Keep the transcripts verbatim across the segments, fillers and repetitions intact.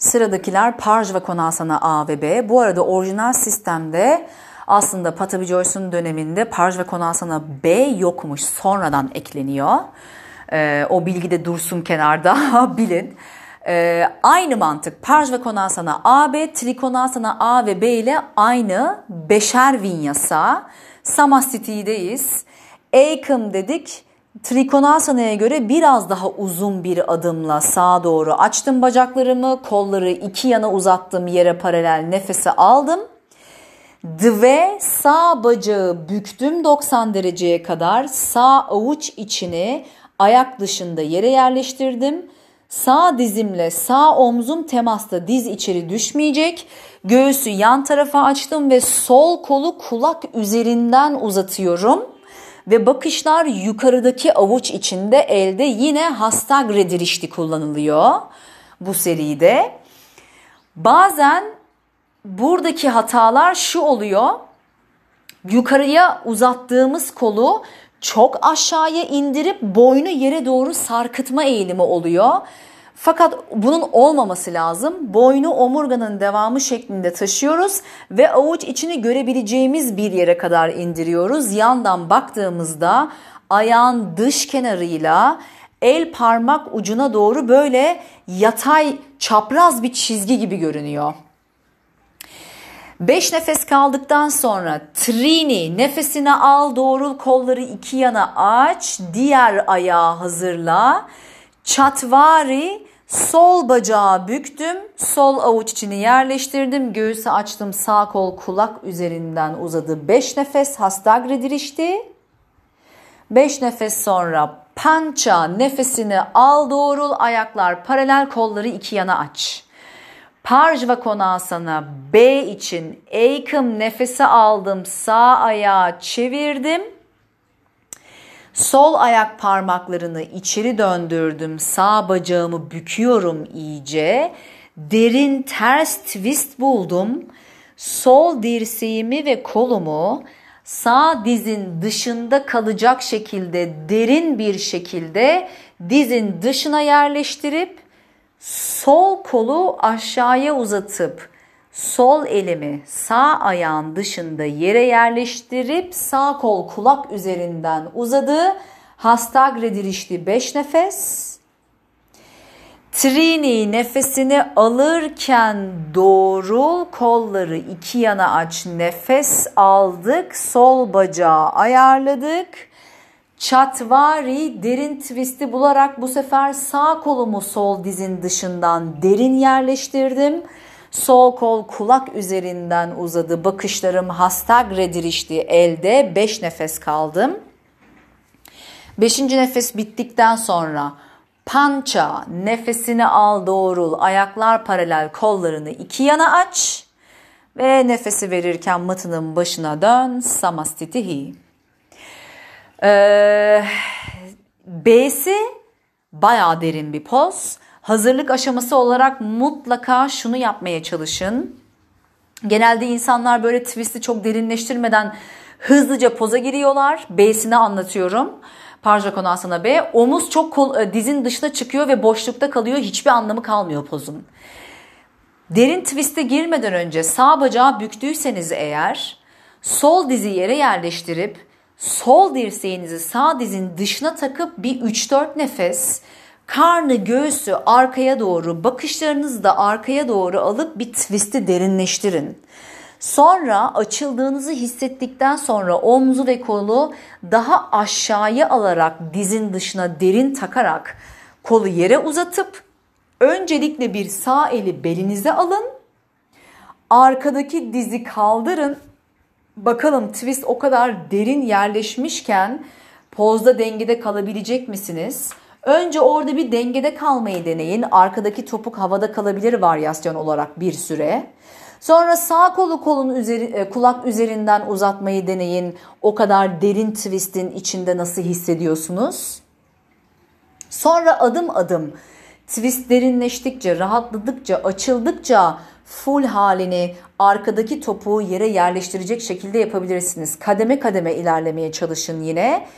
Sıradakiler Parshvakonasana A ve B. Bu arada orijinal sistemde aslında Pattabhi Jois'un döneminde Parshvakonasana B yokmuş. Sonradan ekleniyor. Ee, o bilgi de dursun kenarda bilin. Ee, aynı mantık Parshvakonasana A B, Trikonasana A ve B ile aynı beşer vinyasa. Samastiti'deyiz. Ekam dedik. Trikonasana'ya göre biraz daha uzun bir adımla sağa doğru açtım bacaklarımı, kolları iki yana uzattım, yere paralel nefesi aldım. Ve sağ bacağı büktüm doksan dereceye kadar, sağ avuç içini ayak dışında yere yerleştirdim. Sağ dizimle sağ omzum temasta, diz içeri düşmeyecek. Göğsü yan tarafa açtım ve sol kolu kulak üzerinden uzatıyorum. Ve bakışlar yukarıdaki avuç içinde, elde yine Hastagre Dirişti kullanılıyor bu seride. Bazen buradaki hatalar şu oluyor. Yukarıya uzattığımız kolu çok aşağıya indirip boynu yere doğru sarkıtma eğilimi oluyor. Fakat bunun olmaması lazım. Boynu omurganın devamı şeklinde taşıyoruz ve avuç içini görebileceğimiz bir yere kadar indiriyoruz. Yandan baktığımızda ayağın dış kenarıyla el parmak ucuna doğru böyle yatay, çapraz bir çizgi gibi görünüyor. beş nefes kaldıktan sonra Trini, nefesini al, doğrul, kolları iki yana aç, diğer ayağı hazırla. Çatvari, sol bacağı büktüm, sol avuç içini yerleştirdim, göğsü açtım, sağ kol kulak üzerinden uzadı. beş nefes Hastagre Dirişti. beş nefes sonra Pancha, nefesini al, doğrul, ayaklar paralel, kolları iki yana aç. Parshvakonasana B için Ekam, nefesi aldım, sağ ayağı çevirdim. Sol ayak parmaklarını içeri döndürdüm. Sağ bacağımı büküyorum iyice. Derin ters twist buldum. Sol dirseğimi ve kolumu sağ dizin dışında kalacak şekilde, derin bir şekilde dizin dışına yerleştirip sol kolu aşağıya uzatıp sol elimi sağ ayağın dışında yere yerleştirip sağ kol kulak üzerinden uzadı. Hastagre Dirişti beş nefes. Trini, nefesini alırken doğrul, kolları iki yana aç, nefes aldık, sol bacağı ayarladık. Çatvari, derin twist'i bularak bu sefer sağ kolumu sol dizin dışından derin yerleştirdim. Sol kol kulak üzerinden uzadı. Bakışlarım Hastagre Dirişti elde. beş nefes kaldım. beşinci nefes bittikten sonra Pancha, nefesini al, doğrul, ayaklar paralel, kollarını iki yana aç ve nefesi verirken matının başına dön. Samastitihi. Ee, B'si bayağı derin bir poz. Hazırlık aşaması olarak mutlaka şunu yapmaya çalışın. Genelde insanlar böyle twist'i çok derinleştirmeden hızlıca poza giriyorlar. B'sini anlatıyorum. Parshvakonasana B. Omuz çok kol, dizin dışına çıkıyor ve boşlukta kalıyor. Hiçbir anlamı kalmıyor pozun. Derin twist'e girmeden önce sağ bacağı büktüyseniz eğer, sol dizi yere yerleştirip sol dirseğinizi sağ dizin dışına takıp bir üç dört nefes, karnı göğsü arkaya doğru, bakışlarınızı da arkaya doğru alıp bir twist'i derinleştirin. Sonra açıldığınızı hissettikten sonra omzu ve kolu daha aşağıya alarak, dizin dışına derin takarak kolu yere uzatıp öncelikle bir sağ eli belinize alın. Arkadaki dizi kaldırın. Bakalım twist o kadar derin yerleşmişken pozda dengede kalabilecek misiniz? Önce orada bir dengede kalmayı deneyin. Arkadaki topuk havada kalabilir varyasyon olarak bir süre. Sonra sağ kolu kolun üzeri, kulak üzerinden uzatmayı deneyin. O kadar derin twist'in içinde nasıl hissediyorsunuz? Sonra adım adım twist derinleştikçe, rahatladıkça, açıldıkça full halini arkadaki topuğu yere yerleştirecek şekilde yapabilirsiniz. Kademe kademe ilerlemeye çalışın yine.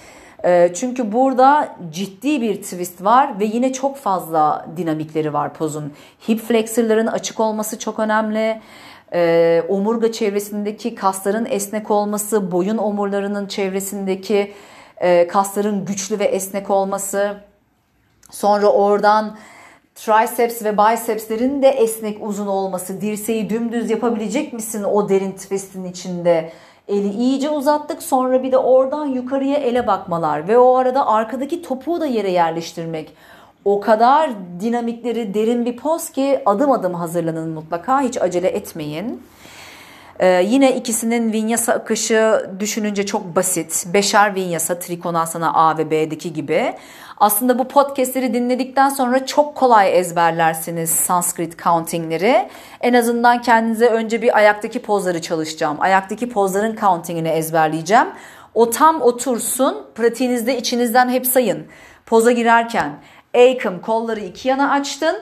Çünkü burada ciddi bir twist var ve yine çok fazla dinamikleri var pozun. Hip flexorların açık olması çok önemli. Omurga çevresindeki kasların esnek olması, boyun omurlarının çevresindeki kasların güçlü ve esnek olması. Sonra oradan triceps ve bicepslerin de esnek uzun olması. Dirseği dümdüz yapabilecek misin o derin twist'in içinde? Eli iyice uzattık, sonra bir de oradan yukarıya ele bakmalar ve o arada arkadaki topuğu da yere yerleştirmek. O kadar dinamikleri derin bir poz ki adım adım hazırlanın mutlaka, hiç acele etmeyin. Ee, yine ikisinin vinyasa akışı düşününce çok basit. Beşer vinyasa Trikonasana A ve B'deki gibi. Aslında bu podcastleri dinledikten sonra çok kolay ezberlersiniz Sanskrit countingleri. En azından kendinize önce bir ayaktaki pozları çalışacağım. Ayaktaki pozların countingini ezberleyeceğim. O tam otursun. Pratiğinizde içinizden hep sayın. Poza girerken Ekam, kolları iki yana açtın.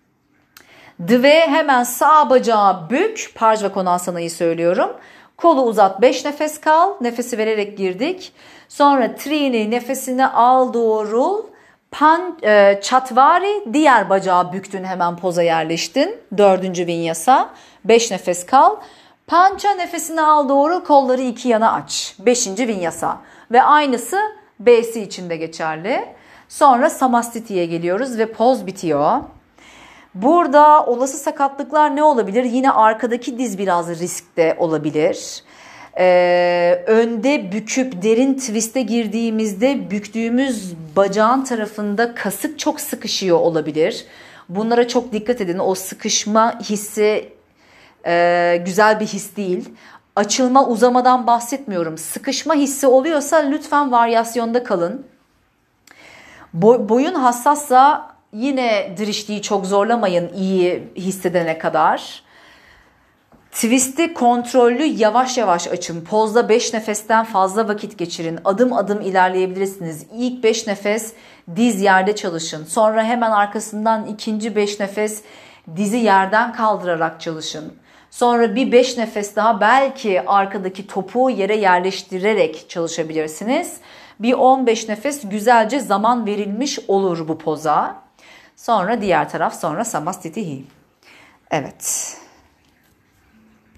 Dve, hemen sağ bacağı bük. Parjva Konasana'yı söylüyorum. Kolu uzat, beş nefes kal. Nefesi vererek girdik. Sonra trini, nefesini al, doğrul. Pan, e, çatvari, diğer bacağı büktün, hemen poza yerleştin. Dördüncü vinyasa. Beş nefes kal. Pança, nefesini al, doğru, kolları iki yana aç. Beşinci vinyasa. Ve aynısı B'si için de geçerli. Sonra Samastiti'ye geliyoruz ve poz bitiyor. Burada olası sakatlıklar ne olabilir? Yine arkadaki diz biraz riskte olabilir. Ee, önde büküp derin twist'e girdiğimizde büktüğümüz bacağın tarafında kasık çok sıkışıyor olabilir. Bunlara çok dikkat edin. O sıkışma hissi e, güzel bir his değil. Açılma, uzamadan bahsetmiyorum. Sıkışma hissi oluyorsa lütfen varyasyonda kalın. Boy, boyun hassassa yine dirişliği çok zorlamayın iyi hissedene kadar. Twist'i kontrollü, yavaş yavaş açın. Pozda beş nefesten fazla vakit geçirin. Adım adım ilerleyebilirsiniz. İlk beş nefes diz yerde çalışın. Sonra hemen arkasından ikinci beş nefes dizi yerden kaldırarak çalışın. Sonra bir beş nefes daha belki arkadaki topuğu yere yerleştirerek çalışabilirsiniz. Bir on beş nefes güzelce zaman verilmiş olur bu poza. Sonra diğer taraf, sonra Samastitihi. Evet.